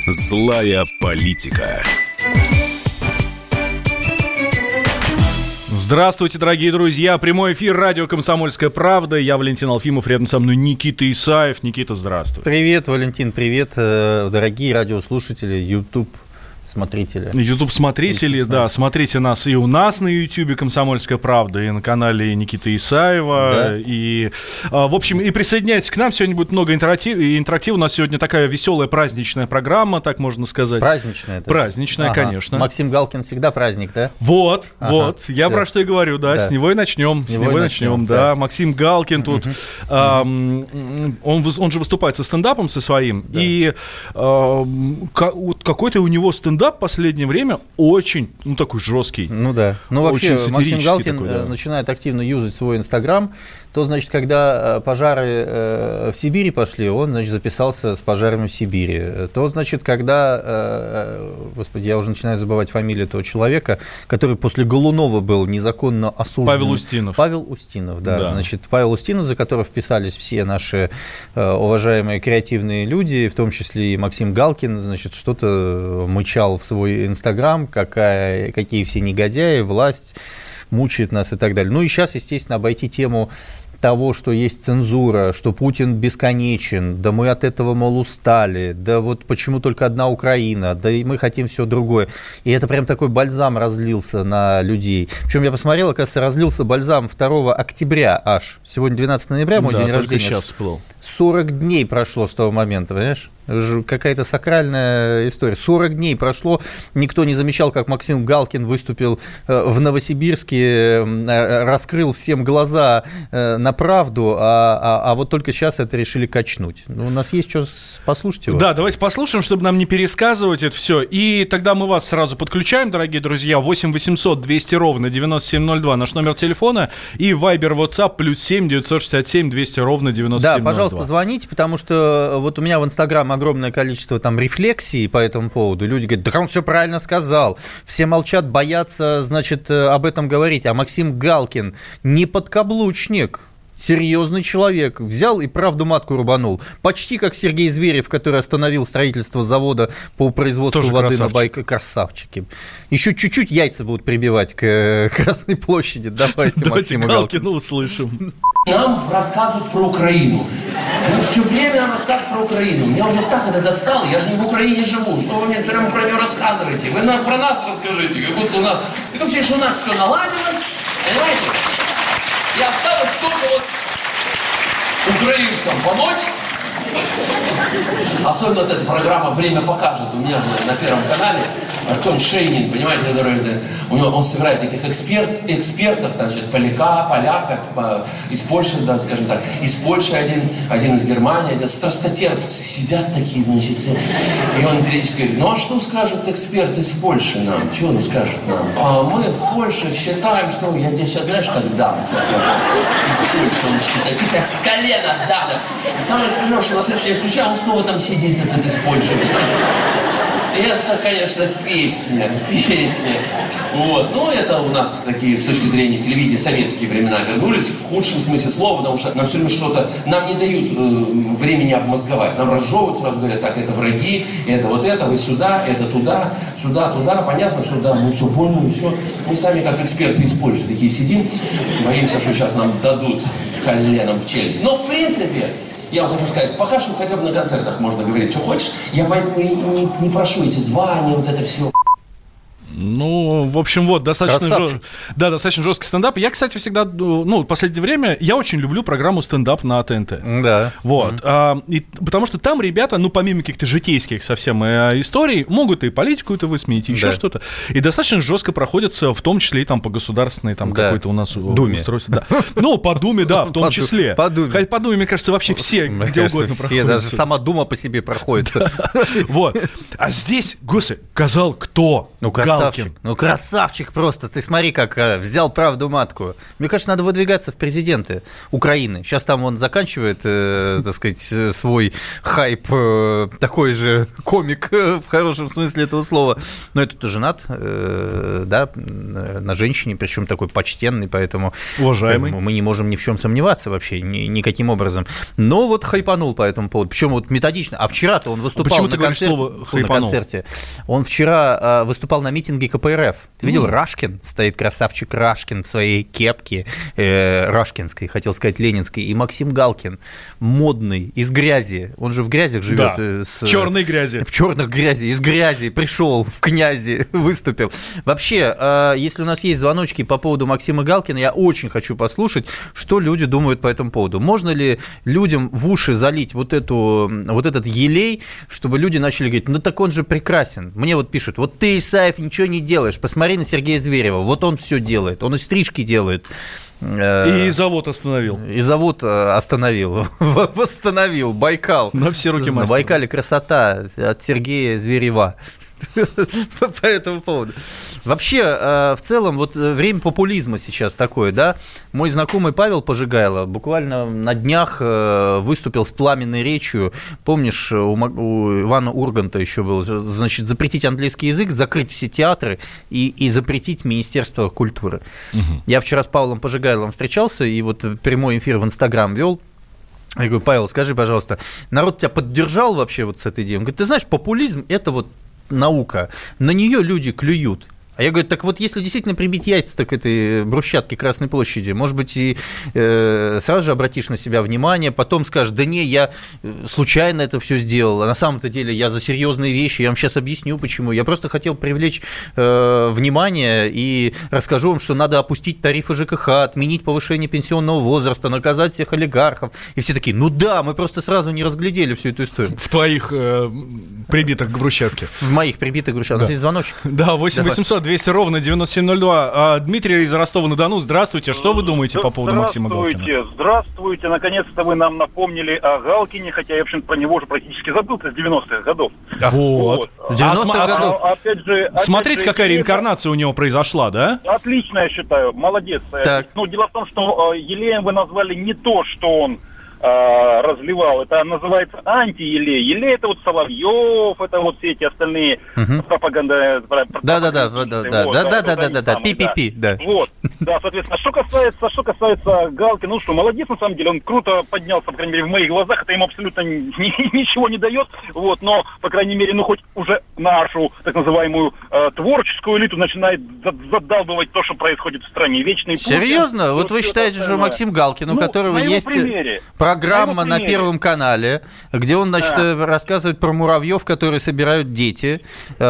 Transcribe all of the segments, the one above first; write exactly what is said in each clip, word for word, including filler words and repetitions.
Злая политика. Здравствуйте, дорогие друзья. Прямой эфир радио «Комсомольская правда». Я Валентин Алфимов, рядом со мной Никита Исаев. Никита, здравствуй. Привет, Валентин, привет, дорогие радиослушатели, YouTube смотрители. YouTube-смотрители, да, смотрите нас и у нас на YouTube «Комсомольская правда», и на канале Никиты Исаева. Да. И, в общем, и присоединяйтесь к нам. Сегодня будет много интерактива. интерактива. У нас сегодня такая веселая праздничная программа, так можно сказать. Праздничная? Праздничная, ага. Конечно. Максим Галкин всегда праздник, да? Вот, ага. вот. Я Все. про что и говорю, да. да. С него и начнем. С, с него и начнем, начнем да. да. Максим Галкин тут. Угу. Эм, он, он же выступает со стендапом со своим. Да. И эм, какой-то у него стендап в последнее время очень, ну, такой жесткий. Ну да. Ну, вообще, Максим Галкин такой, да. начинает активно юзать свой Инстаграм. То, значит, когда пожары в Сибири пошли, он, значит, записался с пожарами в Сибири. То, значит, когда, господи, я уже начинаю забывать фамилию этого человека, который после Голунова был незаконно осужден. Павел Устинов. Павел Устинов, да. да. Значит, Павел Устинов, за которого вписались все наши уважаемые креативные люди, в том числе и Максим Галкин, значит, что-то мычал в свой Инстаграм, какая, какие все негодяи, власть мучает нас и так далее. Ну и сейчас, естественно, обойти тему того, что есть цензура, что Путин бесконечен, да мы от этого, мол, устали, да вот почему только одна Украина, да и мы хотим все другое. И это прям такой бальзам разлился на людей. Причем я посмотрел, оказывается, разлился бальзам второго октября аж. Сегодня двенадцатого ноября, мой да, день рождения. Сейчас всплыл. сорок дней прошло с того момента, понимаешь? Какая-то сакральная история. сорок дней прошло, никто не замечал, как Максим Галкин выступил в Новосибирске, раскрыл всем глаза на правду, а, а, а вот только сейчас это решили качнуть. У нас есть что послушать его? Да, давайте послушаем, чтобы нам не пересказывать это все. И тогда мы вас сразу подключаем, дорогие друзья. восемь восемьсот двести ровно девяносто семь ноль два наш номер телефона. И Viber, WhatsApp плюс семь девятьсот шестьдесят семь двести ровно девяносто семь ноль два. Да, пожалуйста, звоните, потому что вот у меня в Инстаграм огромное количество там рефлексий по этому поводу. Люди говорят, да он все правильно сказал. Все молчат, боятся, значит, об этом говорить. А Максим Галкин не подкаблучник. Серьезный человек. Взял и правду матку рубанул. Почти как Сергей Зверев, который остановил строительство завода по производству Тоже воды красавчик. на Байкале. Красавчики. Еще чуть-чуть яйца будут прибивать к Красной площади. Давайте Максиму Галкину услышим. Нам рассказывают про Украину. Вы все время нам рассказывают про Украину. Меня уже так это достало. Я же не в Украине живу. Что вы мне все время про нее рассказываете? Вы нам про нас расскажите. Как будто у нас... Так вообще, что у нас все наладилось. Понимаете? И осталось только вот украинцам помочь. Особенно вот эта программа «Время покажет». У меня же на Первом канале Артем Шейнин, понимаете, который у него, он собирает этих эксперт, экспертов, значит, поляка, поляка, из Польши, да, скажем так, из Польши один, один из Германии, один страстотерпцы сидят такие, значит, и он периодически говорит, ну а что скажет эксперт из Польши нам? Чего он скажет нам? А мы в Польше считаем, что я тебе сейчас, знаешь, как дам, сейчас я из Польши он считает, чуть так с колена дам. И самое смешное, что на следующий день включаю, он снова там сидит, этот из Польши, понимаете? Это, конечно, песня, песня. Вот. Ну, это у нас такие, с точки зрения телевидения, советские времена вернулись в худшем смысле слова, потому что нам все время что-то, нам не дают э, времени обмозговать. Нам разжевывают, сразу говорят, так, это враги, это вот это, вы сюда, это туда, сюда, туда, понятно, сюда, мы все поняли, все. Мы сами, как эксперты из Польши, такие сидим, боимся, что сейчас нам дадут коленом в челюсть. Но, в принципе... Я вам хочу сказать, пока что хотя бы на концертах можно говорить, что хочешь. Я поэтому и не, не прошу эти звания, вот это все. Ну, в общем, вот, достаточно, жест... да, достаточно жесткий стендап. Я, кстати, всегда, ну, в последнее время, я очень люблю программу «Стендап» на ТНТ. Да. Вот. Mm-hmm. А, и, потому что там ребята, ну, помимо каких-то житейских совсем э, историй, могут и политику это высмеять, и еще да. что-то. И достаточно жестко проходятся, в том числе и там по государственной, там, да. какой-то у нас Думе. устройство. Да. Ну, по Думе, да, в том числе. По Думе. По Думе, мне кажется, вообще все, мне где кажется, угодно все, проходят. даже сама Дума по себе проходится. Вот. А здесь, господи, казал кто? Ну, красавчик. красавчик. Ну, красавчик просто. Ты смотри, как а, взял правду матку. Мне кажется, надо выдвигаться в президенты Украины. Сейчас там он заканчивает, э, так сказать, свой хайп, э, такой же комик э, в хорошем смысле этого слова. Но это-то женат, э, да, на женщине, причем такой почтенный, поэтому, уважаемый. Поэтому мы не можем ни в чем сомневаться вообще, ни, никаким образом. Но вот хайпанул по этому поводу. Причем вот методично. А вчера-то он выступал а на, концерте, на концерте. Он вчера э, выступал на митинге ка пэ эр эф. Ты видел, mm. Рашкин? Стоит красавчик Рашкин в своей кепке э, рашкинской, хотел сказать ленинской. И Максим Галкин, модный, из грязи. Он же в грязях живет. Да, с, в черной грязи. В черных грязи, из грязи. Пришел в князи, выступил. Вообще, э, если у нас есть звоночки по поводу Максима Галкина, я очень хочу послушать, что люди думают по этому поводу. Можно ли людям в уши залить вот, эту, вот этот елей, чтобы люди начали говорить, ну так он же прекрасен. Мне вот пишут, вот ты, Исаев, ничего не делаешь, посмотри на Сергея Зверева, вот он все делает, он и стрижки делает. И завод остановил. И завод остановил. Восстановил. Байкал. На все руки мастера. На Байкале красота от Сергея Зверева. По этому поводу. Вообще, в целом, вот время популизма сейчас такое, да. Мой знакомый Павел Пожигайло буквально на днях выступил с пламенной речью. Помнишь, у Ивана Урганта еще было, значит, запретить английский язык, закрыть все театры и, и запретить Министерство культуры. Угу. Я вчера с Павлом Пожигайловым встречался и вот прямой эфир в Инстаграм вел. Я говорю, Павел, скажи, пожалуйста, народ тебя поддержал вообще вот с этой идеей? Он говорит, ты знаешь, популизм – это вот наука, на нее люди клюют. А я говорю, так вот, если действительно прибить яйца к этой брусчатке Красной площади, может быть, и э, сразу же обратишь на себя внимание, потом скажешь, да не, я случайно это все сделал, а на самом-то деле я за серьезные вещи, я вам сейчас объясню, почему. Я просто хотел привлечь э, внимание и расскажу вам, что надо опустить тарифы ЖКХ, отменить повышение пенсионного возраста, наказать всех олигархов. И все такие, ну да, мы просто сразу не разглядели всю эту историю. В твоих э, прибитых к брусчатке. В моих прибитых к брусчатке. Да. У нас есть звоночек. Да, восемь восемьсот двести ровно девяносто семь ноль два. А, Дмитрий из Ростова-на-Дону, здравствуйте. Что вы думаете по поводу Максима Галкина? Здравствуйте, здравствуйте. Наконец-то вы нам напомнили о Галкине, хотя я, в общем, про него уже практически забыл, с девяностых годов. Вот. вот. девяностых а, годов. А, опять же, Смотрите, опять же, какая реинкарнация у него произошла, да? Отлично, я считаю. Молодец. Так. Ну, дело в том, что э, елеем вы назвали не то, что он э, разливал. Это называется антиелей. Елей — это вот Соловьев, это вот все эти остальные угу. пропаганды. Да-да-да, да-да-да, пи-пи-пи, да. Вот, да, соответственно, что касается, что касается Галкина, ну что, молодец, на самом деле, он круто поднялся, по крайней мере, в моих глазах, это ему абсолютно ни, ничего не дает, вот, но, по крайней мере, ну хоть уже нашу, так называемую, э, творческую элиту начинает задалбывать то, что происходит в стране. Вечный Путин. Серьезно? Вот вы считаете, что Максим Галкин, у ну, которого есть примере. программа на, на Первом канале, где он, значит, да. рассказывает про муравьев, которые собирают дети,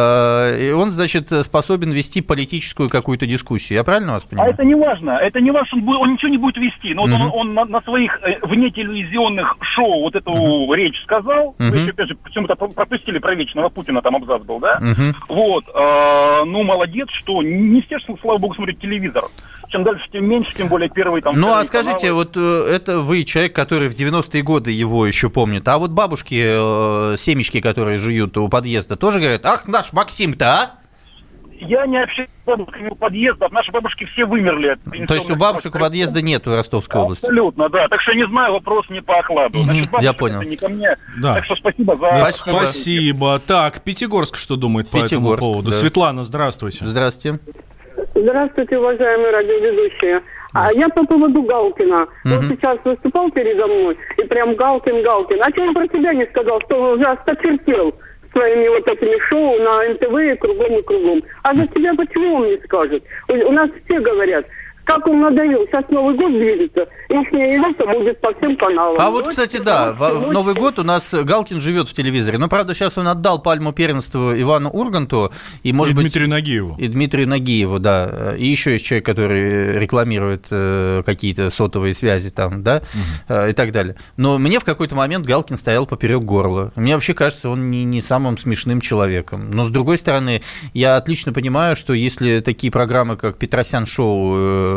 э, и он, значит, способен вести политическую какую-то дискуссию. Я правильно вас понимаю? А это не важно. Это не важно, он, он ничего не будет вести. Но uh-huh. вот он, он на, на своих э, внетелевизионных шоу вот эту uh-huh. речь сказал. Uh-huh. Вы еще, опять же, почему-то пропустили про вечного Путина, там абзац был, да? Uh-huh. Вот. Э, ну, молодец, что не все, слава богу, смотрят телевизор. Чем дальше, тем меньше, тем более первый там... Ну, а скажите, каналы. Вот это вы человек, который в девяностые годы его еще помнит. А вот бабушки, э, семечки, которые жуют у подъезда, тоже говорят, ах, наш Максим-то, а? Я не общаюсь с бабушками у подъездов. Наши бабушки все вымерли. То есть у бабушек у подъезда нету в Ростовской области? Абсолютно, да. Так что я не знаю, вопрос не по окладу. Значит, я понял. Это не ко мне. Да. Так что спасибо за... Да, спасибо. спасибо. Так, Пятигорск что думает по этому поводу? Да. Светлана, здравствуйте. Здравствуйте. Здравствуйте, уважаемые радиоведущие. А я по поводу Галкина. Угу. Он сейчас выступал передо мной, и прям Галкин, Галкин. А что он про себя не сказал, что он уже осточертел своими вот этими шоу на эн тэ вэ и кругом и кругом. А за себя почему он не скажет? У, у нас все говорят, как он надоел. Сейчас Новый год движется, ихняя элита будет по всем каналам. А вот, вот кстати, да, в Новый год у нас Галкин живет в телевизоре. Но, правда, сейчас он отдал пальму первенства Ивану Урганту. И, может и быть, Дмитрию Нагиеву. И Дмитрию Нагиеву, да. И еще есть человек, который рекламирует э, какие-то сотовые связи там, да, угу. э, и так далее. Но мне в какой-то момент Галкин стоял поперек горла. Мне вообще кажется, он не, не самым смешным человеком. Но, с другой стороны, я отлично понимаю, что если такие программы, как Петросян Шоу,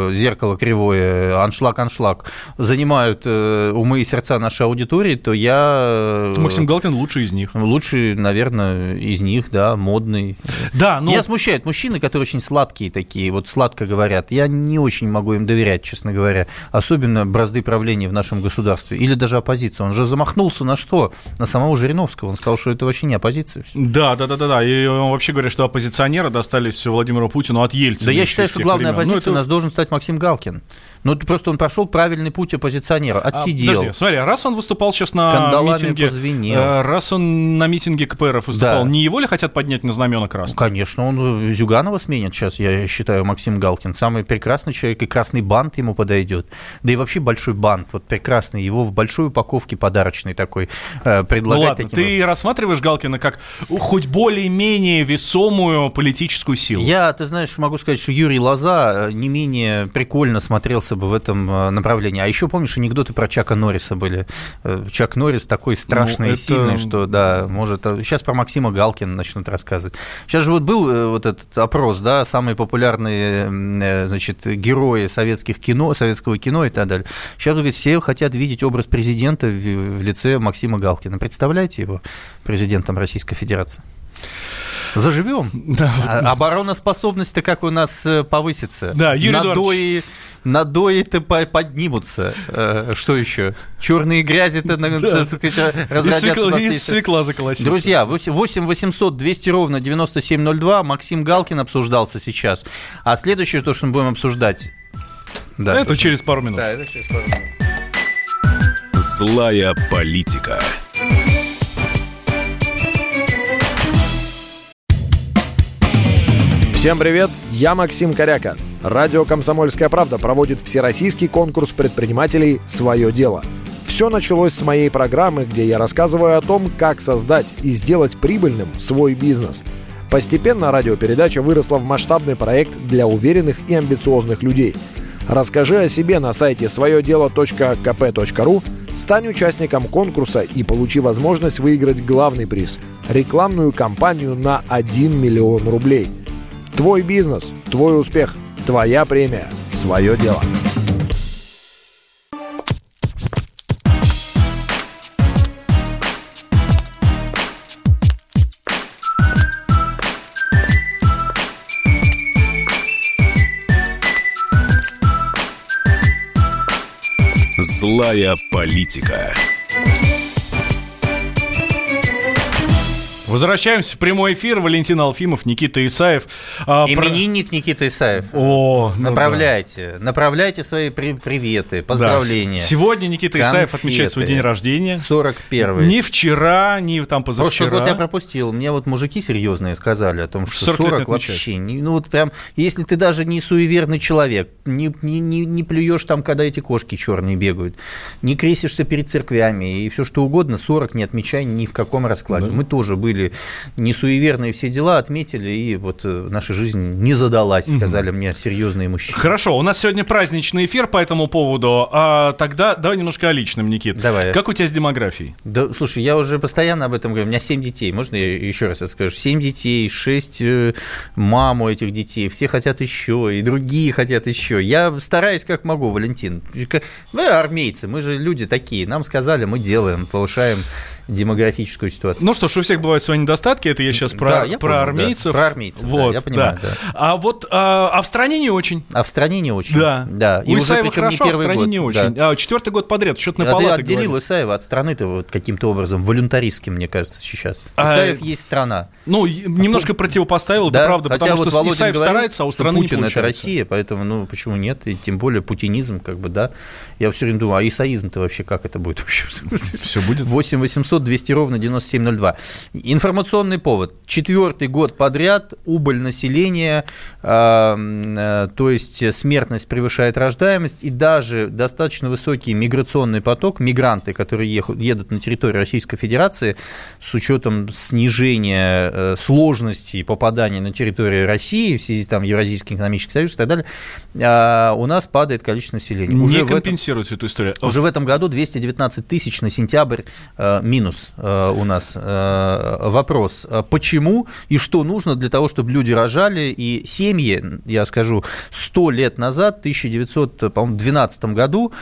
зеркало кривое, аншлаг, аншлаг, занимают умы и сердца нашей аудитории, то я... Максим Галкин лучший из них. Лучший, наверное, из них, да, модный. Да, но... Меня смущают мужчины, которые очень сладкие такие, вот сладко говорят. Я не очень могу им доверять, честно говоря. Особенно бразды правления в нашем государстве. Или даже оппозицию. Он же замахнулся на что? На самого Жириновского. Он сказал, что это вообще не оппозиция. Да, да, да, да, да. И он вообще говорит, что оппозиционеры достались Владимиру Путину от Ельцина. Да я считаю, что главная времен. оппозиция ну, это... у нас должен стать Максим Галкин. Ну, просто он прошел правильный путь оппозиционера, отсидел. А, подожди, смотри, раз он выступал сейчас на Кандалами митинге... позвенел. Раз он на митинге ка пэ эр эф выступал, да. Не его ли хотят поднять на знамена красных? Конечно, он Зюганова сменит сейчас, я считаю, Максим Галкин. Самый прекрасный человек, и красный бант ему подойдет. Да и вообще большой бант, вот прекрасный, его в большой упаковке подарочной такой э, предлагать. Ну ладно, таким ты вот... рассматриваешь Галкина как хоть более-менее весомую политическую силу? Я, ты знаешь, могу сказать, что Юрий Лоза не менее прикольно смотрелся бы в этом направлении. А еще, помнишь, анекдоты про Чака Норриса были? Чак Норрис такой страшный ну, это... и сильный, что, да, может... Сейчас про Максима Галкина начнут рассказывать. Сейчас же вот был вот этот опрос, да, самые популярные, значит, герои советских кино, советского кино и так далее. Сейчас, говорит, все хотят видеть образ президента в, в лице Максима Галкина. Представляете его президентом Российской Федерации? Заживем. Да, вот. А обороноспособность-то как у нас повысится? Да, Юрий Надои, надои-то поднимутся. Что еще? Черные грязи-то, так сказать, разродятся по всей... И свекла заколосится. Друзья, восемь восемьсот двести ровно девяносто семь ноль два. Максим Галкин обсуждался сейчас. А следующее, то, что мы будем обсуждать... Да, это через что... пару минут. Да, это через пару минут. Злая политика. Всем привет, я Максим Коряка. Радио «Комсомольская правда» проводит всероссийский конкурс предпринимателей «Свое дело». Все началось с моей программы, где я рассказываю о том, как создать и сделать прибыльным свой бизнес. Постепенно радиопередача выросла в масштабный проект для уверенных и амбициозных людей. Расскажи о себе на сайте свое дело точка ка пэ точка ру, стань участником конкурса и получи возможность выиграть главный приз – рекламную кампанию на один миллион рублей. Твой бизнес, твой успех, твоя премия, свое дело. Злая политика. Возвращаемся в прямой эфир. Валентин Алфимов, Никита Исаев. Именинник Про... Никита Исаев. О, ну направляйте. Да. Направляйте свои при- приветы, поздравления. Да. Сегодня Никита Конфеты. Исаев отмечает свой день рождения. сорок первый. Не вчера, не там позавчера. Прошлый год я пропустил. Мне вот мужики серьезные сказали о том, что сорок вообще... Не, ну вот прям, если ты даже не суеверный человек, не, не, не, не плюешь там, когда эти кошки черные бегают, не крестишься перед церквями и все что угодно, сорок не отмечай ни в каком раскладе. Да. Мы тоже были не суеверные все дела, отметили, и вот наша жизнь не задалась, сказали угу. мне серьезные мужчины. Хорошо, у нас сегодня праздничный эфир по этому поводу, а тогда давай немножко о личном, Никит. Давай. Как у тебя с демографией? Да, слушай, я уже постоянно об этом говорю, у меня семь детей, можно я еще раз скажу? семь детей, шесть мам у этих детей, все хотят еще, и другие хотят еще. Я стараюсь как могу, Валентин. Вы армейцы, мы же люди такие, нам сказали, мы делаем, повышаем демографическую ситуацию. Ну что ж, у всех бывают свои недостатки, это я сейчас про, да, я про помню, армейцев. Да, про армейцев, вот, да, я понимаю. Да. Да. А вот а, а в стране не очень. А в стране не очень. Да. да. И у Исаева уже, хорошо, не а в стране год. Не очень. Да. А, четвертый год подряд, счетная а палата ты отделил говорит. Исаева от страны-то вот каким-то образом, волюнтаристским, мне кажется, сейчас. А, Исаев есть страна. Ну, немножко а, противопоставил, да, это правда, потому вот что Володин Исаев говорит, старается, а у страны Путин не получается. Это Россия, поэтому, ну, почему нет? И тем более путинизм, как бы, да. Я все время думаю, а исаизм-то вообще как это будет? Все будет. восемь восемьсот двести ровно девяносто семь ноль два. Информационный повод. Четвертый год подряд убыль населения, э, э, то есть смертность превышает рождаемость, и даже достаточно высокий миграционный поток, мигранты, которые ехают, едут на территорию Российской Федерации, с учетом снижения э, сложности попадания на территорию России в связи с там, Евразийским экономическим союзом и так далее, э, у нас падает количество населения. Не уже компенсируется эту историю. Уже в этом году двести девятнадцать тысяч на сентябрь э, минус. минус у нас вопрос. Почему и что нужно для того, чтобы люди рожали, и семьи, я скажу, сто лет назад, в тысяча девятьсот двенадцатом году,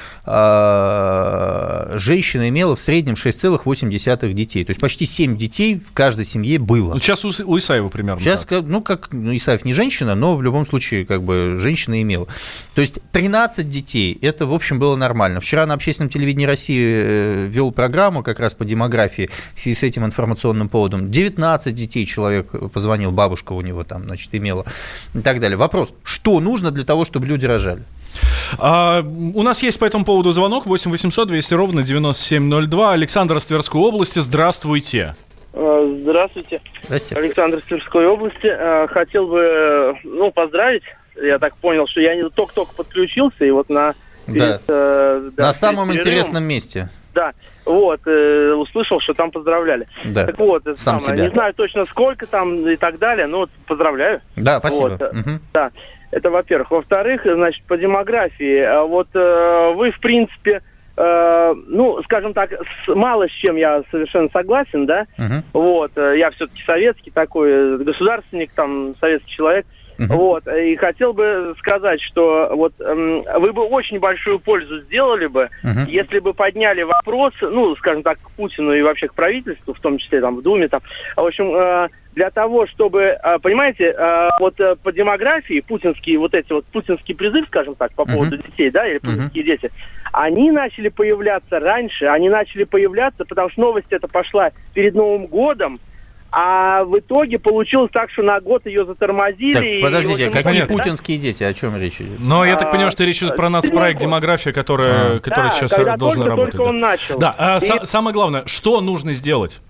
женщина имела в среднем шесть целых восемь десятых детей. То есть почти семь детей в каждой семье было. Ну, сейчас у, у Исаева примерно. Сейчас, так. ну, как, ну, Исаев не женщина, но в любом случае, как бы, женщина имела. То есть тринадцать детей, это, в общем, было нормально. Вчера на общественном телевидении России вел программу как раз по демографии в связи с этим информационным поводом. девятнадцать детей человек позвонил, бабушка у него там, значит, имела и так далее. Вопрос, что нужно для того, чтобы люди рожали? А, у нас есть по этому поводу звонок восемь восемьсот двести ровно девяносто семь ноль два. Александр из Тверской области, здравствуйте. Здравствуйте. Здравствуйте. Александр из Тверской области. Хотел бы, ну, поздравить. Я так понял, что я не только-только подключился, и вот на... Да. Перед, э, да, на самом перед интересном месте. Да, вот, э, услышал, что там поздравляли. Да, так вот, это сам самое, себя. Не знаю точно сколько там и так далее, но вот поздравляю. Да, спасибо. Вот, угу. Да, это во-первых. Во-вторых, значит, по демографии, вот э, вы, в принципе, э, ну, скажем так, с, мало с чем я совершенно согласен, да, угу. Вот, э, я все-таки советский такой, государственник, там, советский человек. Uh-huh. Вот, и хотел бы сказать, что вот эм, вы бы очень большую пользу сделали бы, uh-huh. если бы подняли вопрос, ну, скажем так, к Путину и вообще к правительству, в том числе там в Думе, там, в общем, э, для того, чтобы, э, понимаете, э, вот э, по демографии путинские, вот эти вот путинский призыв, скажем так, по поводу uh-huh. детей, да, или путинские uh-huh. дети, они начали появляться раньше, они начали появляться, потому что новость эта пошла перед Новым годом. А в итоге получилось так, что на год ее затормозили. Так, подождите, а какие понятно, путинские да? дети? О чем речь идет? Но я так понимаю, что речь идет про нацпроект «Демография», которая, а. которая да, сейчас должна только, работать. Только да. он начал. Да, а и... самое главное, что нужно сделать?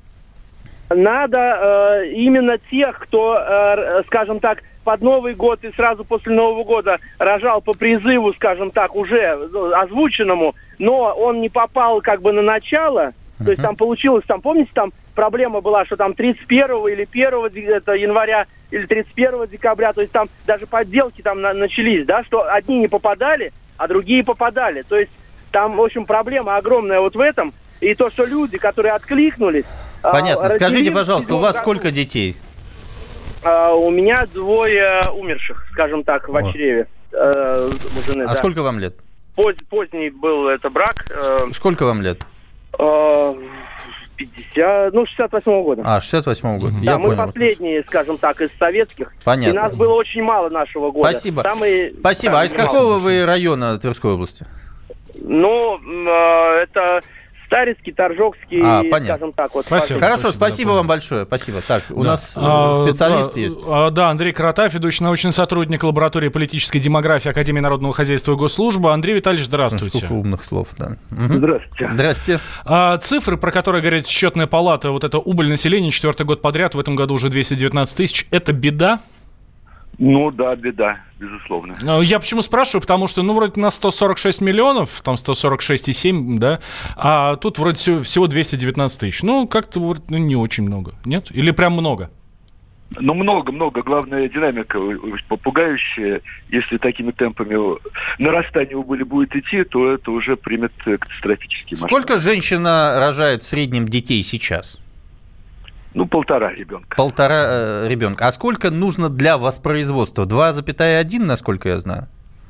Надо э, именно тех, кто, э, скажем так, под Новый год и сразу после Нового года рожал по призыву, скажем так, уже озвученному, но он не попал как бы на начало. Uh-huh. То есть там получилось, там, помните, там проблема была, что там тридцать первого или первого это, января или тридцать первого декабря, то есть там даже подделки там на, начались, да, что одни не попадали, а другие попадали. То есть там, в общем, проблема огромная вот в этом. И то, что люди, которые откликнулись... Понятно. А, Скажите, пожалуйста, у вас году, сколько детей? А, у меня двое умерших, скажем так, в чреве. А, жены, а да. сколько вам лет? Поз, поздний был это брак. Сколько вам лет? пятьдесят, ну, шестьдесят восьмого года. А, шестьдесят восьмого года. Да, я мы понял. последние, скажем так, из советских. Понятно. И нас было очень мало нашего года. Спасибо. Самые, Спасибо. самые а из какого мало. Вы района Тверской области? Ну, э, это... Старицкий, Торжокский, а, понятно. Скажем так. Вот, спасибо. Хорошо, спасибо, спасибо да, вам большое. Спасибо. Так, у да. нас а, специалист да, есть. А, да, Андрей Каратаев, ведущий научный сотрудник лаборатории политической демографии Академии народного хозяйства и госслужбы. Андрей Витальевич, здравствуйте. Сколько умных слов, да. Здравствуйте. Здравствуйте. А, цифры, про которые говорит счетная палата, вот это убыль населения, четвертый год подряд, в этом году уже двести девятнадцать тысяч, это беда? Ну да, беда, безусловно. Я почему спрашиваю, потому что, ну, вроде на сто сорок шесть миллионов, там сто сорок шесть и семь, да, а тут вроде всего двести девятнадцать тысяч. Ну, как-то вот, ну, не очень много, нет? Или прям много? Ну, много-много. Главная динамика попугающая. Если такими темпами нарастание убыли будет идти, то это уже примет катастрофический масштаб. Сколько женщина рожает в среднем детей сейчас? Ну, полтора ребенка. Полтора э, ребенка. А сколько нужно для воспроизводства? два целых один, насколько я знаю?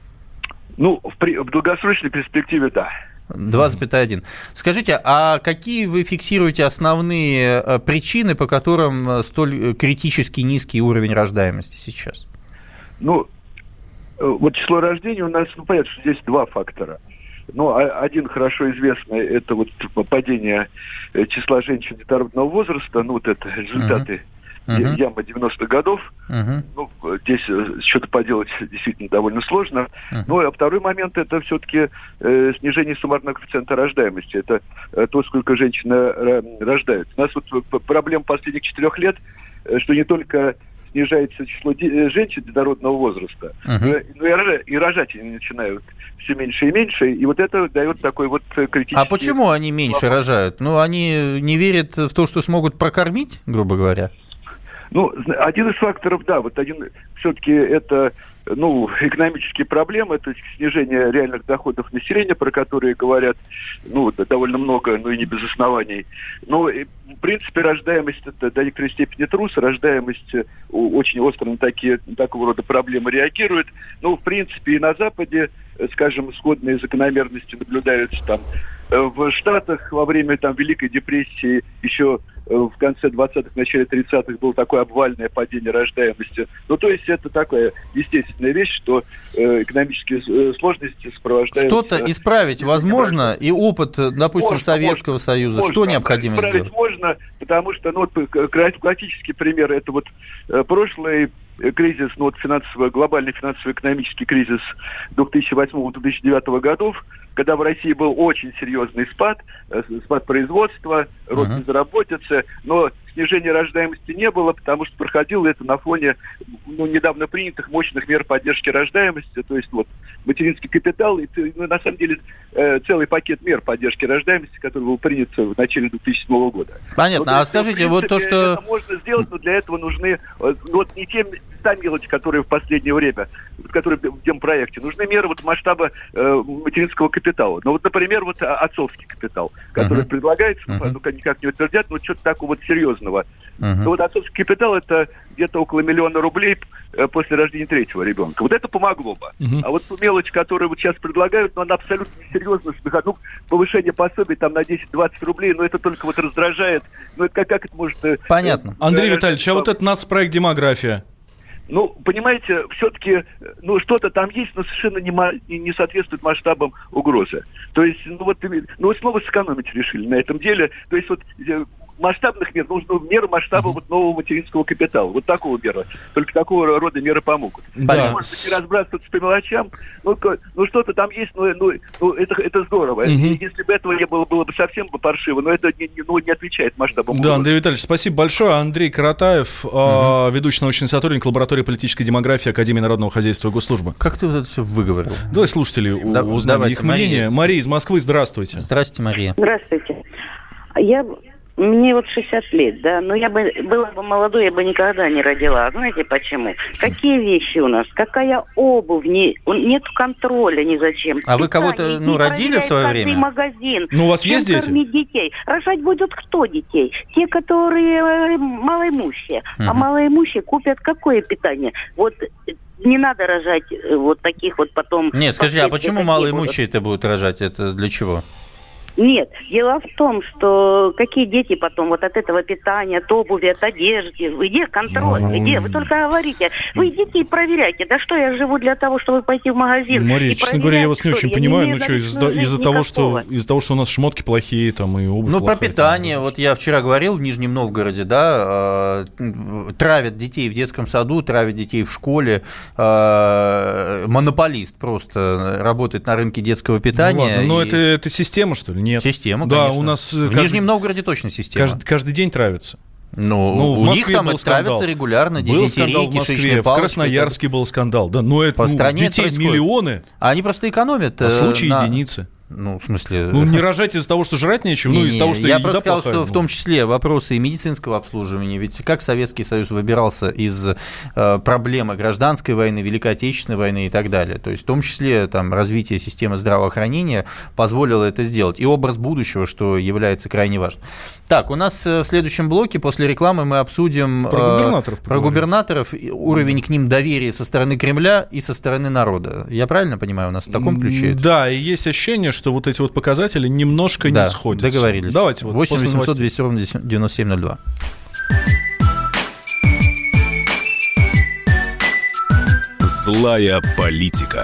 Ну, в, при, в долгосрочной перспективе, да. два целых один. Скажите, а какие вы фиксируете основные э, причины, по которым столь критически низкий уровень рождаемости сейчас? Ну, э, вот число рождений у нас, ну, понятно, что здесь два фактора. Ну, один хорошо известный, это вот падение числа женщин детородного возраста, ну, вот это результаты uh-huh. ямы девяностых годов. Uh-huh. Ну, здесь что-то поделать действительно довольно сложно. Uh-huh. Ну, а второй момент, это все-таки э, снижение суммарного коэффициента рождаемости. Это э, то, сколько женщин э, рождают. У нас вот проблема последних четырех лет, э, что не только снижается число де- женщин детородного возраста, uh-huh. но и, рожа- и рожать они начинают все меньше и меньше, и вот это дает такой вот критический... А почему они меньше вопрос. Рожают? Ну, они не верят в то, что смогут прокормить, грубо говоря? Ну, один из факторов, да, вот один, все-таки это, ну, экономические проблемы, это снижение реальных доходов населения, про которые говорят, ну, довольно много, но и не без оснований. Но, в принципе, рождаемость, это до некоторой степени трус, рождаемость очень остро на такие, такого рода проблемы реагирует. Ну, в принципе, и на Западе, скажем, сходные закономерности наблюдаются там. В Штатах во время там Великой депрессии еще в конце двадцатых, начале тридцатых было такое обвальное падение рождаемости. Ну, то есть это такая естественная вещь, что э, экономические сложности сопровождают... Что-то исправить возможно, и опыт, допустим, можно, Советского можно, Союза, можно, что необходимо исправить сделать? Можно, потому что, ну, классический пример, это вот прошлый кризис, ну, вот финансовый, глобальный финансово-экономический кризис две тысячи восьмого - две тысячи девятого годов, когда в России был очень серьезный спад, спад производства, рост uh-huh. безработицы, но снижения рождаемости не было, потому что проходило это на фоне, ну, недавно принятых мощных мер поддержки рождаемости, то есть вот материнский капитал, и, ну, на самом деле э, целый пакет мер поддержки рождаемости, который был принят в начале две тысячи седьмого года. Понятно, ну, а скажите, вот то, что... Это можно сделать, но для этого нужны, ну, вот не те, та мелочь, которые в последнее время, которые в демпроекте, нужны меры вот масштаба э, материнского капитала. Ну вот, например, вот отцовский капитал, который uh-huh. предлагается, uh-huh. ну, никак не утвердят, но что-то такого вот серьезного. Uh-huh. Ну вот отцовский капитал — это где-то около миллиона рублей э, после рождения третьего ребенка. Вот это помогло бы. Uh-huh. А вот ту мелочь, которую вот сейчас предлагают, ну, она абсолютно несерьезна. Ну, повышение пособий там на десять-двадцать рублей, но это только вот раздражает. Ну, это, как, как это может... Понятно. Э, Андрей Витальевич, а вот этот нацпроект «Демография»? Ну, понимаете, все-таки, ну, что-то там есть, но совершенно не, не соответствует масштабам угрозы. То есть, ну, вот, ну, вы снова сэкономить решили на этом деле. То есть, вот, масштабных мер, нужно меры масштаба uh-huh. вот нового материнского капитала. Вот такого мера. Только такого рода меры помогут. Да. Может быть, не разбрасываться по мелочам. Ну, ну что-то там есть, но ну, ну, это, это здорово. Uh-huh. Если бы этого не было, было бы совсем бы паршиво, но это не, ну, не отвечает масштабам. Да, Андрей Витальевич, спасибо большое. Андрей Каратаев, uh-huh. ведущий научный сотрудник лаборатории политической демографии Академии народного хозяйства и госслужбы. Как ты вот это все выговорил? Давай слушатели да, узнаем их мнение. Мария. Мария из Москвы, здравствуйте. Здравствуйте, Мария. Здравствуйте. Я... Мне вот шестьдесят лет, да, но я бы была бы молодой, я бы никогда не родила. Знаете почему? Какие вещи у нас? Какая обувь? Не, нет контроля ни зачем. А Питание, вы кого-то, ну, родили в свое время? Магазин. Ну, у вас есть дети? Кормить детей? Рожать будут кто детей? Те, которые малоимущие. Uh-huh. А малоимущие купят какое питание? Вот... Не надо рожать вот таких вот потом... Нет, скажи, а почему малоимущие-то будут рожать? Это для чего? Нет, дело в том, что какие дети потом вот от этого питания, от обуви, от одежды, где контроль, ну, где? Вы только говорите, вы детей проверяйте. Да что, я живу для того, чтобы пойти в магазин. Мария, честно говоря, я вас не очень понимаю, ну что, из-за, из-за того, что из-за того, что у нас шмотки плохие, там и обувь Ну, плохая, про питание, там, вот я вчера говорил в Нижнем Новгороде, да, э, травят детей в детском саду, травят детей в школе, э, монополист просто работает на рынке детского питания. Ну, ладно, но и... это, это система, что ли? Нет. Система, да, конечно. У нас в каждый, Нижнем Новгороде точно система. Каждый, каждый день травятся. Ну, ну у них там это травятся регулярно, дизентерии, кишечные палочки. В Красноярске был скандал. Да, но это, по ну, стране детей происходит. Миллионы. А они просто экономят. А случаи на... единицы. Ну, в смысле... Ну, не рожать из-за того, что жрать нечего, не, ну, из-за того, что я еда просто сказал, плохая, что ну. в том числе вопросы и медицинского обслуживания. Ведь как Советский Союз выбирался из э, проблемы гражданской войны, Великой Отечественной войны и так далее. То есть в том числе там, развитие системы здравоохранения позволило это сделать. И образ будущего, что является крайне важным. Так, у нас в следующем блоке после рекламы мы обсудим про губернаторов, э, про губернаторов, уровень к ним доверия со стороны Кремля и со стороны народа. Я правильно понимаю, у нас в таком ключе? Да, и есть ощущение, что вот эти вот показатели немножко да, не сходятся. Договорились. Давайте вот восемь восемьсот двести ровно девяносто семь ноль два. Злая политика.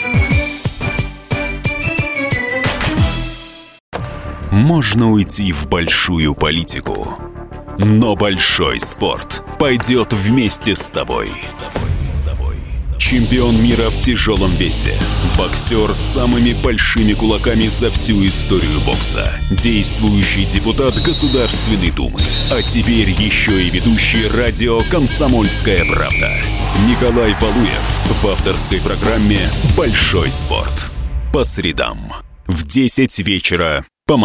Можно уйти в большую политику, но большой спорт пойдет вместе с тобой. Чемпион мира в тяжелом весе. Боксер с самыми большими кулаками за всю историю бокса. Действующий депутат Государственной Думы. А теперь еще и ведущий радио «Комсомольская правда». Николай Валуев в авторской программе «Большой спорт». По средам в десять вечера по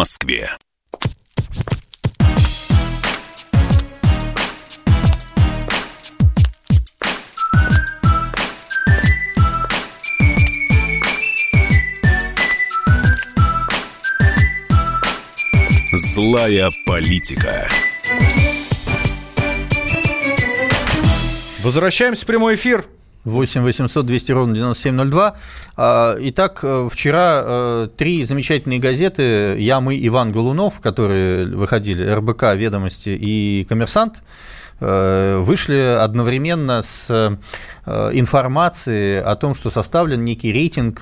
Злая политика. Возвращаемся в прямой эфир. восемь восемьсот двести ровно девяносто семь ноль два. Итак, вчера три замечательные газеты «Я, мы», Иван Голунов, которые выходили, эр бэ ка, «Ведомости» и «Коммерсант», вышли одновременно с информацией о том, что составлен некий рейтинг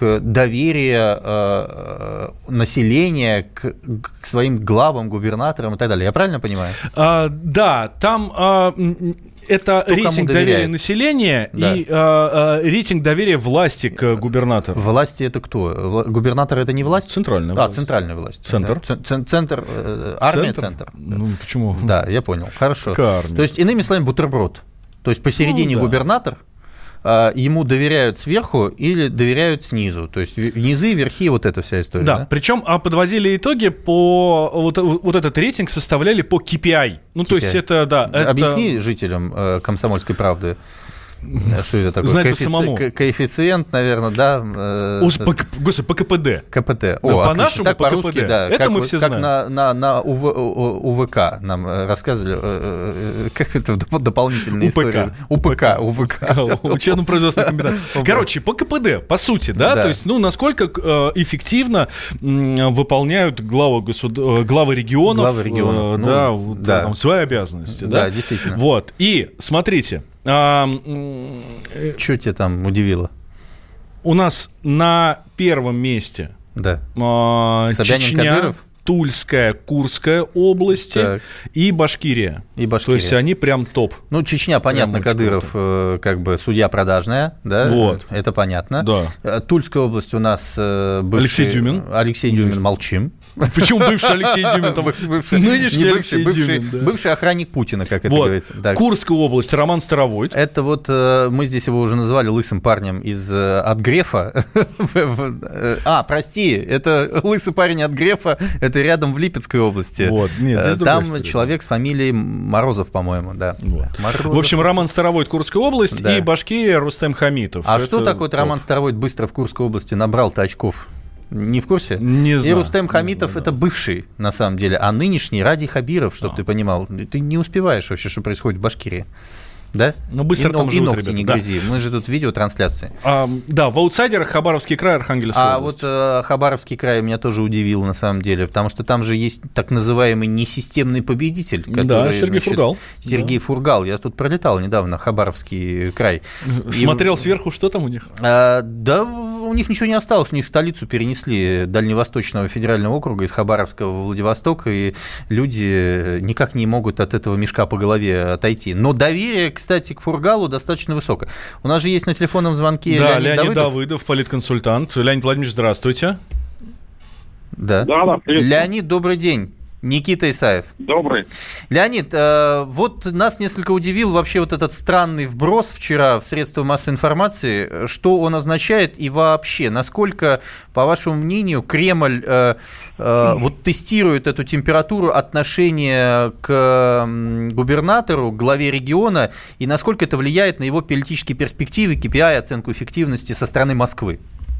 доверия населения к, к своим главам, губернаторам и так далее. Я правильно понимаю? А, да, там... А... Это кто рейтинг доверия населения, да, и э, э, рейтинг доверия власти к губернатору. Власти это кто? Губернатор это не власть? Центральная власть. А, центральная власть. Центр. Да. Ц- центр, э, армия, центр. центр. Ну, почему? Да, я понял. Хорошо. То есть, иными словами, бутерброд. То есть, посередине ну, да. губернатор, э, ему доверяют сверху или доверяют снизу. То есть, низы, верхи, вот эта вся история. Да, да? Причем подводили итоги по... Вот, вот этот рейтинг составляли по кей пи ай. Ну, кей пи ай. То есть, это... да. Объясни это... жителям э, «Комсомольской правды». Что это такое? Знать Коэфици... по самому. Коэффициент, наверное, да? Э... По, Господи, по ка пэ дэ. ка пэ тэ. Да, О, по-нашему, так, по по-русски, да. Это как, мы все как знаем. на, на, на УВ, УВК нам рассказывали, как это дополнительная история. УПК. УВК. Учебно-производственный комбинат. Короче, по ка пэ дэ, по сути, да? То есть, ну, насколько эффективно выполняют главы, государ... главы регионов, главы регионов. Да, ну, вот, да. Там, свои обязанности. Да, да, действительно. Вот. И, смотрите... А, что тебя там удивило? У нас на первом месте да. а, Собянин, Чечня, Кадыров? Тульская, Курская области так. и Башкирия. И Башкирия. То есть они прям топ. Ну, Чечня, понятно, прям Кадыров э, как бы судья продажная, да? Вот. Это понятно. Да. Тульская область у нас э, бывший... Алексей Дюмин. Алексей Дюмин, молчим. Почему бывший Алексей Дюмин? Нынешний Алексей Дюмин. Бывший охранник Путина, как это говорится. Курская область, Роман Старовойт. Это вот мы здесь его уже называли лысым парнем из от Грефа. А, прости, это лысый парень от Грефа, это рядом в Липецкой области. Вот. Нет, здесь там человек с фамилией Морозов, по-моему, да. Вот. В общем, Роман Старовойт, Курская область, да. и Башкирия, Рустем Хамитов. А это что такое Роман Старовойт быстро в Курской области набрал-то очков? Не в курсе? Не знаю. И Рустем Хамитов это бывший, на самом деле, а нынешний Ради Хабиров, чтобы а. ты понимал. Ты не успеваешь вообще, что происходит в Башкирии. Да? Ну, быстро и, там и живут, ногти ребята. не да. грызи. Мы же тут видеотрансляции. А, да, в аутсайдерах Хабаровский край, Архангельская а область. А вот э, Хабаровский край меня тоже удивил, на самом деле, потому что там же есть так называемый несистемный победитель. Который, да, Сергей значит, Фургал. Сергей да. Фургал. Я тут пролетал недавно, Хабаровский край. Смотрел и... сверху, что там у них? А, да, у них ничего не осталось. У них столицу перенесли Дальневосточного федерального округа из Хабаровска в Владивосток, и люди никак не могут от этого мешка по голове отойти. Но доверие, кстати, к Фургалу достаточно высокое. У нас же есть на телефонном звонке да, Леонид, Леонид Давыдов. Давыдов, политконсультант. Леонид Владимирович, здравствуйте. Да. Да, да, привет. Леонид, добрый день. Никита Исаев. Добрый. Леонид, э, вот нас несколько удивил вообще вот этот странный вброс вчера в средства массовой информации. Что он означает и вообще, насколько, по вашему мнению, Кремль э, э, вот тестирует эту температуру отношения к губернатору, к главе региона, и насколько это влияет на его политические перспективы, кей пи ай, оценку эффективности со стороны Москвы?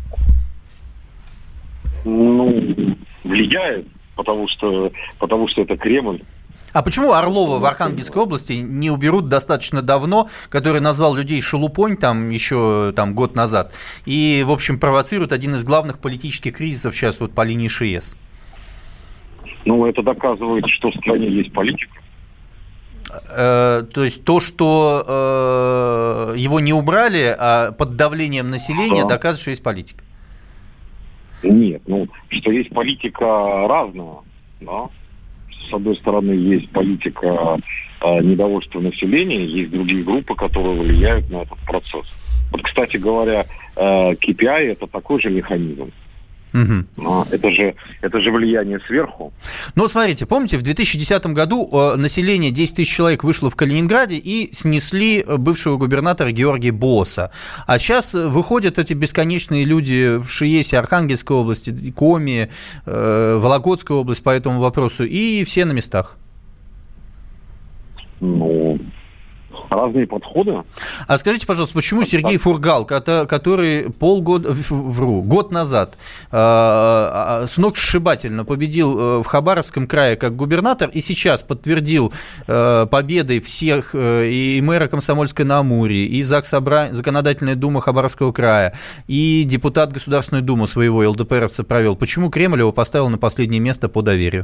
Ну, влияет. Потому что, потому что это Кремль. А почему Орлова в Архангельской области не уберут достаточно давно, который назвал людей шелупонь там еще там, год назад, и, в общем, провоцирует один из главных политических кризисов сейчас вот по линии ШИЭС? Ну, это доказывает, что в стране есть политика. Э, то есть то, что э, его не убрали, а под давлением населения, да. доказывает, что есть политика. Нет, ну, что есть политика разная, да. С одной стороны, есть политика э, недовольства населения, есть другие группы, которые влияют на этот процесс. Вот, кстати говоря, э, кей пи ай – это такой же механизм. Угу. Но это же, это же влияние сверху. Ну, смотрите, помните, в две тысячи десятом году население десять тысяч человек вышло в Калининграде и снесли бывшего губернатора Георгия Бооса. А сейчас выходят эти бесконечные люди в ШИЭСе, Архангельской области, Коми, Вологодской области по этому вопросу, и все на местах. Ну, разные подходы. А скажите, пожалуйста, почему Сергей Фургал, который полгода, вру, год назад э, сногсшибательно победил в Хабаровском крае как губернатор и сейчас подтвердил э, победой всех э, и мэра Комсомольска-на-Амуре, и Заксобрание, Законодательная дума Хабаровского края, и депутат Государственной Думы своего ЛДПРовца провел, почему Кремль его поставил на последнее место по доверию?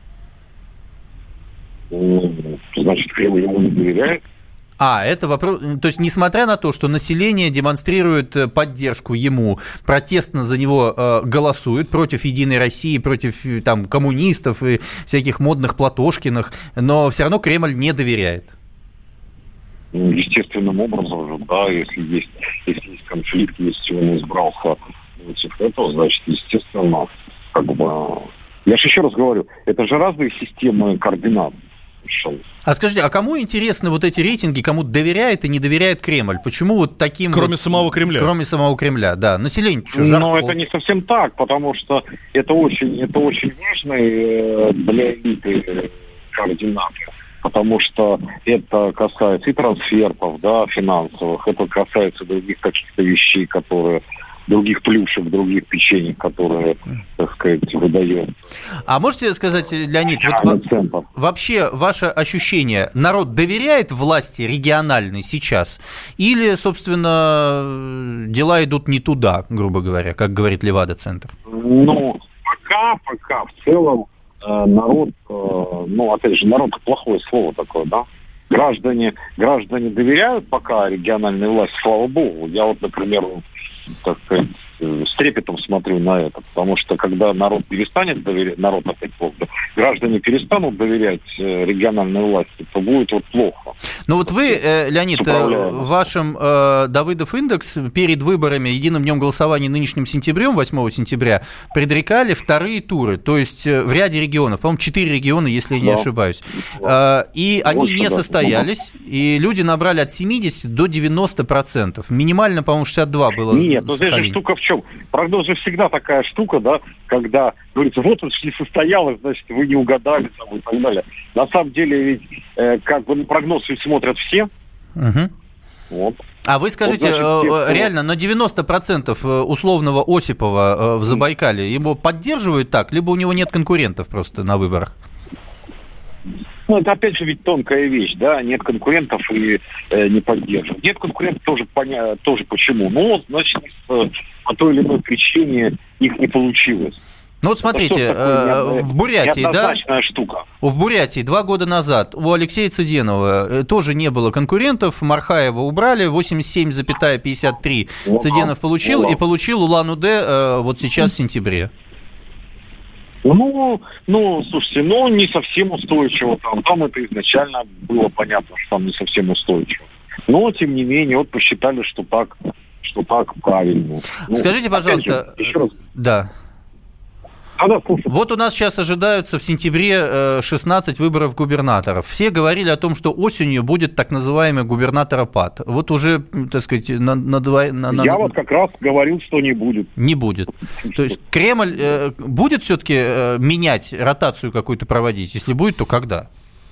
Значит, Кремль ему не доверяет. А, это вопрос... То есть, несмотря на то, что население демонстрирует поддержку ему, протестно за него э, голосует против «Единой России», против там, коммунистов и всяких модных Платошкиных, но все равно Кремль не доверяет. Естественным образом, да, если есть, если есть конфликт, если он избрался против этого, значит, естественно, как бы... Я же еще раз говорю, это же разные системы координат. А скажите, а кому интересны вот эти рейтинги, кому доверяет и не доверяет Кремль? Почему вот таким... Кроме вот, самого Кремля. Кроме самого Кремля, да. Население чужак. Но это не совсем так, потому что это очень, это очень важно для элиты координаты. Потому что это касается и трансфертов, да, финансовых, это касается других каких-то вещей, которые... других плюшек, других печенек, которые, так сказать, выдает. А можете сказать, Леонид, вот во- вообще ваше ощущение, народ доверяет власти региональной сейчас? Или, собственно, дела идут не туда, грубо говоря, как говорит Левада-центр? Ну, пока, пока, в целом э, народ, э, ну, опять же, народ – плохое слово такое, да? Граждане, граждане доверяют пока региональной власти, слава богу. Я вот, например, так сказать, с трепетом смотрю на это, потому что когда народ перестанет доверять, народ опять плохо, граждане перестанут доверять региональной власти, то будет вот плохо. Ну вот вы, Леонид, в вашем э, Давыдов индекс перед выборами, единым днем голосования нынешним сентябрем, восьмого сентября, предрекали вторые туры, то есть в ряде регионов, по-моему, четыре региона, если я не да. ошибаюсь. Да. Э, и они Больше, не да. состоялись, и люди набрали от семидесяти до девяноста процентов. Минимально, по-моему, шестьдесят два было. Нет, но здесь же штука в чем? Прогноз же всегда такая штука, да, когда говорится, вот это не состоялось, значит, вы не угадали там, и так далее. На самом деле ведь э, как бы на прогноз ведь смотрят все. Угу. Вот. А вы скажите, вот, значит, все, реально на девяносто процентов условного Осипова в Забайкале его поддерживают так, либо у него нет конкурентов просто на выборах? Ну, это опять же ведь тонкая вещь, да, нет конкурентов и э, не поддерживают. Нет конкурентов тоже, поня... тоже почему. Ну, значит, э, по той или иной причине их не получилось. Ну вот смотрите, э, в Бурятии, да, штука. В Бурятии два года назад у Алексея Цыденова тоже не было конкурентов, Мархаева убрали, восемьдесят семь целых пятьдесят три сотых Цыденов получил, и получил Улан-Удэ э, вот сейчас в сентябре. Ну, ну, слушайте, ну, не совсем устойчиво там. Там это изначально было понятно, что там не совсем устойчиво. Но, тем не менее, вот посчитали, что так, что так правильно. Ну, скажите, пожалуйста... Же, еще раз. Да. А, да, вот у нас сейчас ожидаются в сентябре шестнадцать выборов губернаторов. Все говорили о том, что осенью будет так называемый губернаторопад. Вот уже, так сказать, на, на, на, на... Я вот как раз говорил, что не будет. Не будет. То есть Кремль э, будет все-таки э, менять, ротацию какую-то проводить? Если будет, то когда?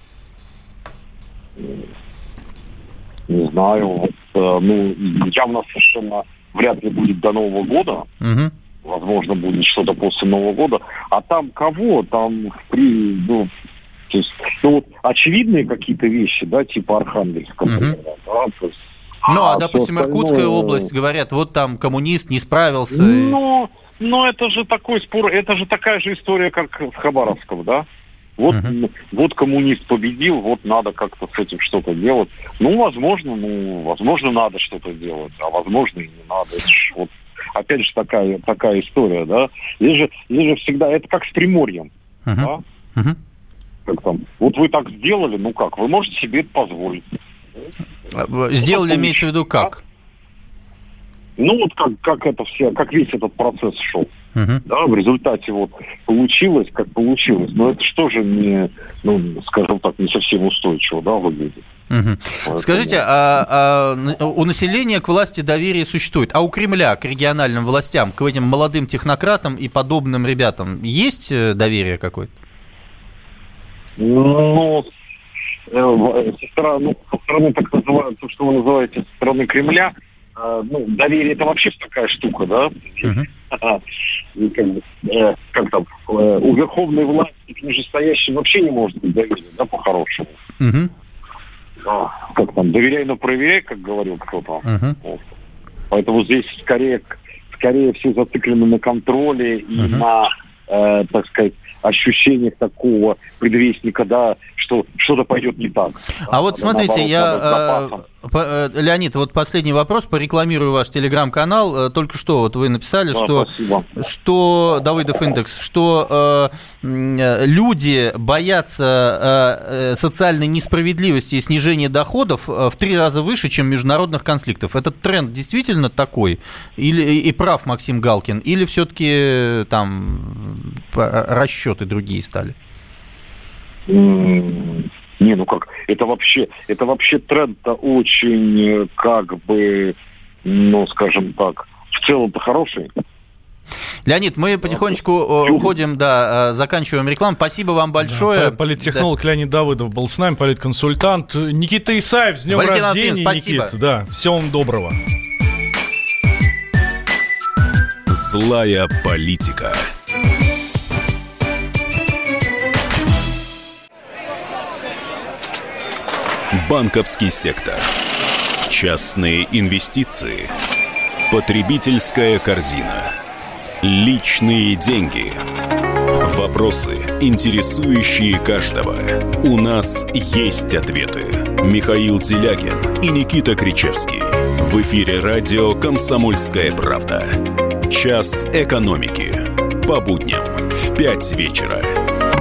Не знаю. Вот, э, ну, явно совершенно вряд ли будет до Нового года. Угу. Возможно, будет что-то после Нового года. А там кого? Там, при, ну, то есть, ну, вот, очевидные какие-то вещи, да, типа Архангельска, например, uh-huh. да, то есть, ну, а, а допустим, Иркутская область, говорят, вот там коммунист не справился. Ну, и... ну, это же такой спор, это же такая же история, как в Хабаровском, да? Вот, uh-huh. вот коммунист победил, вот надо как-то с этим что-то делать. Ну, возможно, ну, возможно, надо что-то делать, а возможно, и не надо. Это ж, вот, опять же, такая, такая история, да. Здесь же, здесь же всегда, это как с Приморьем, uh-huh. да. Uh-huh. Как там, вот вы так сделали, ну как, вы можете себе это позволить. Сделали, ну, имеется в виду как? Ну вот как, как это все, как весь этот процесс шел. Uh-huh. Да, в результате вот получилось, как получилось. Но это что же не, ну, скажем так, не совсем устойчиво, да, выглядит. Uh-huh. Поэтому... Скажите, а, а у населения к власти доверие существует, а у Кремля к региональным властям, к этим молодым технократам и подобным ребятам есть доверие какое-то? Ну, э, со стороны, ну, со стороны так называемого, то, что вы называете, со стороны Кремля, э, ну, доверие это вообще такая штука, да? Uh-huh. А, как, э, как там, э, у верховной власти к нижестоящей вообще не может быть доверия, да, по-хорошему. Uh-huh. А, как там, доверяй, но проверяй, как говорил кто-то. Uh-huh. Вот. Поэтому здесь скорее, скорее все зациклены на контроле и uh-huh. на, э, так сказать, ощущениях такого предвестника, да, что что-то пойдет не так. А да, вот смотрите, я, э, Леонид, вот последний вопрос, порекламирую ваш телеграм-канал. Только что вот вы написали, да, что, что Давыдов индекс, что э, люди боятся э, социальной несправедливости и снижения доходов в три раза выше, чем международных конфликтов. Этот тренд действительно такой? Или, и прав Максим Галкин? Или все-таки там расчеты другие стали? Не, ну как, это вообще, это вообще тренд-то очень, как бы, ну, скажем так, в целом-то хороший. Леонид, мы потихонечку уходим, да, заканчиваем рекламу. Спасибо вам большое. Да, политтехнолог да. Леонид Давыдов был с нами, политконсультант. Никита Исаев, с днем Валентин рождения, Анфин, спасибо. Никита. Да, всего вам доброго. Злая политика. Банковский сектор. Частные инвестиции. Потребительская корзина. Личные деньги. Вопросы, интересующие каждого. У нас есть ответы. Михаил Делягин и Никита Кричевский. В эфире радио «Комсомольская правда». Час экономики. По будням в пять вечера.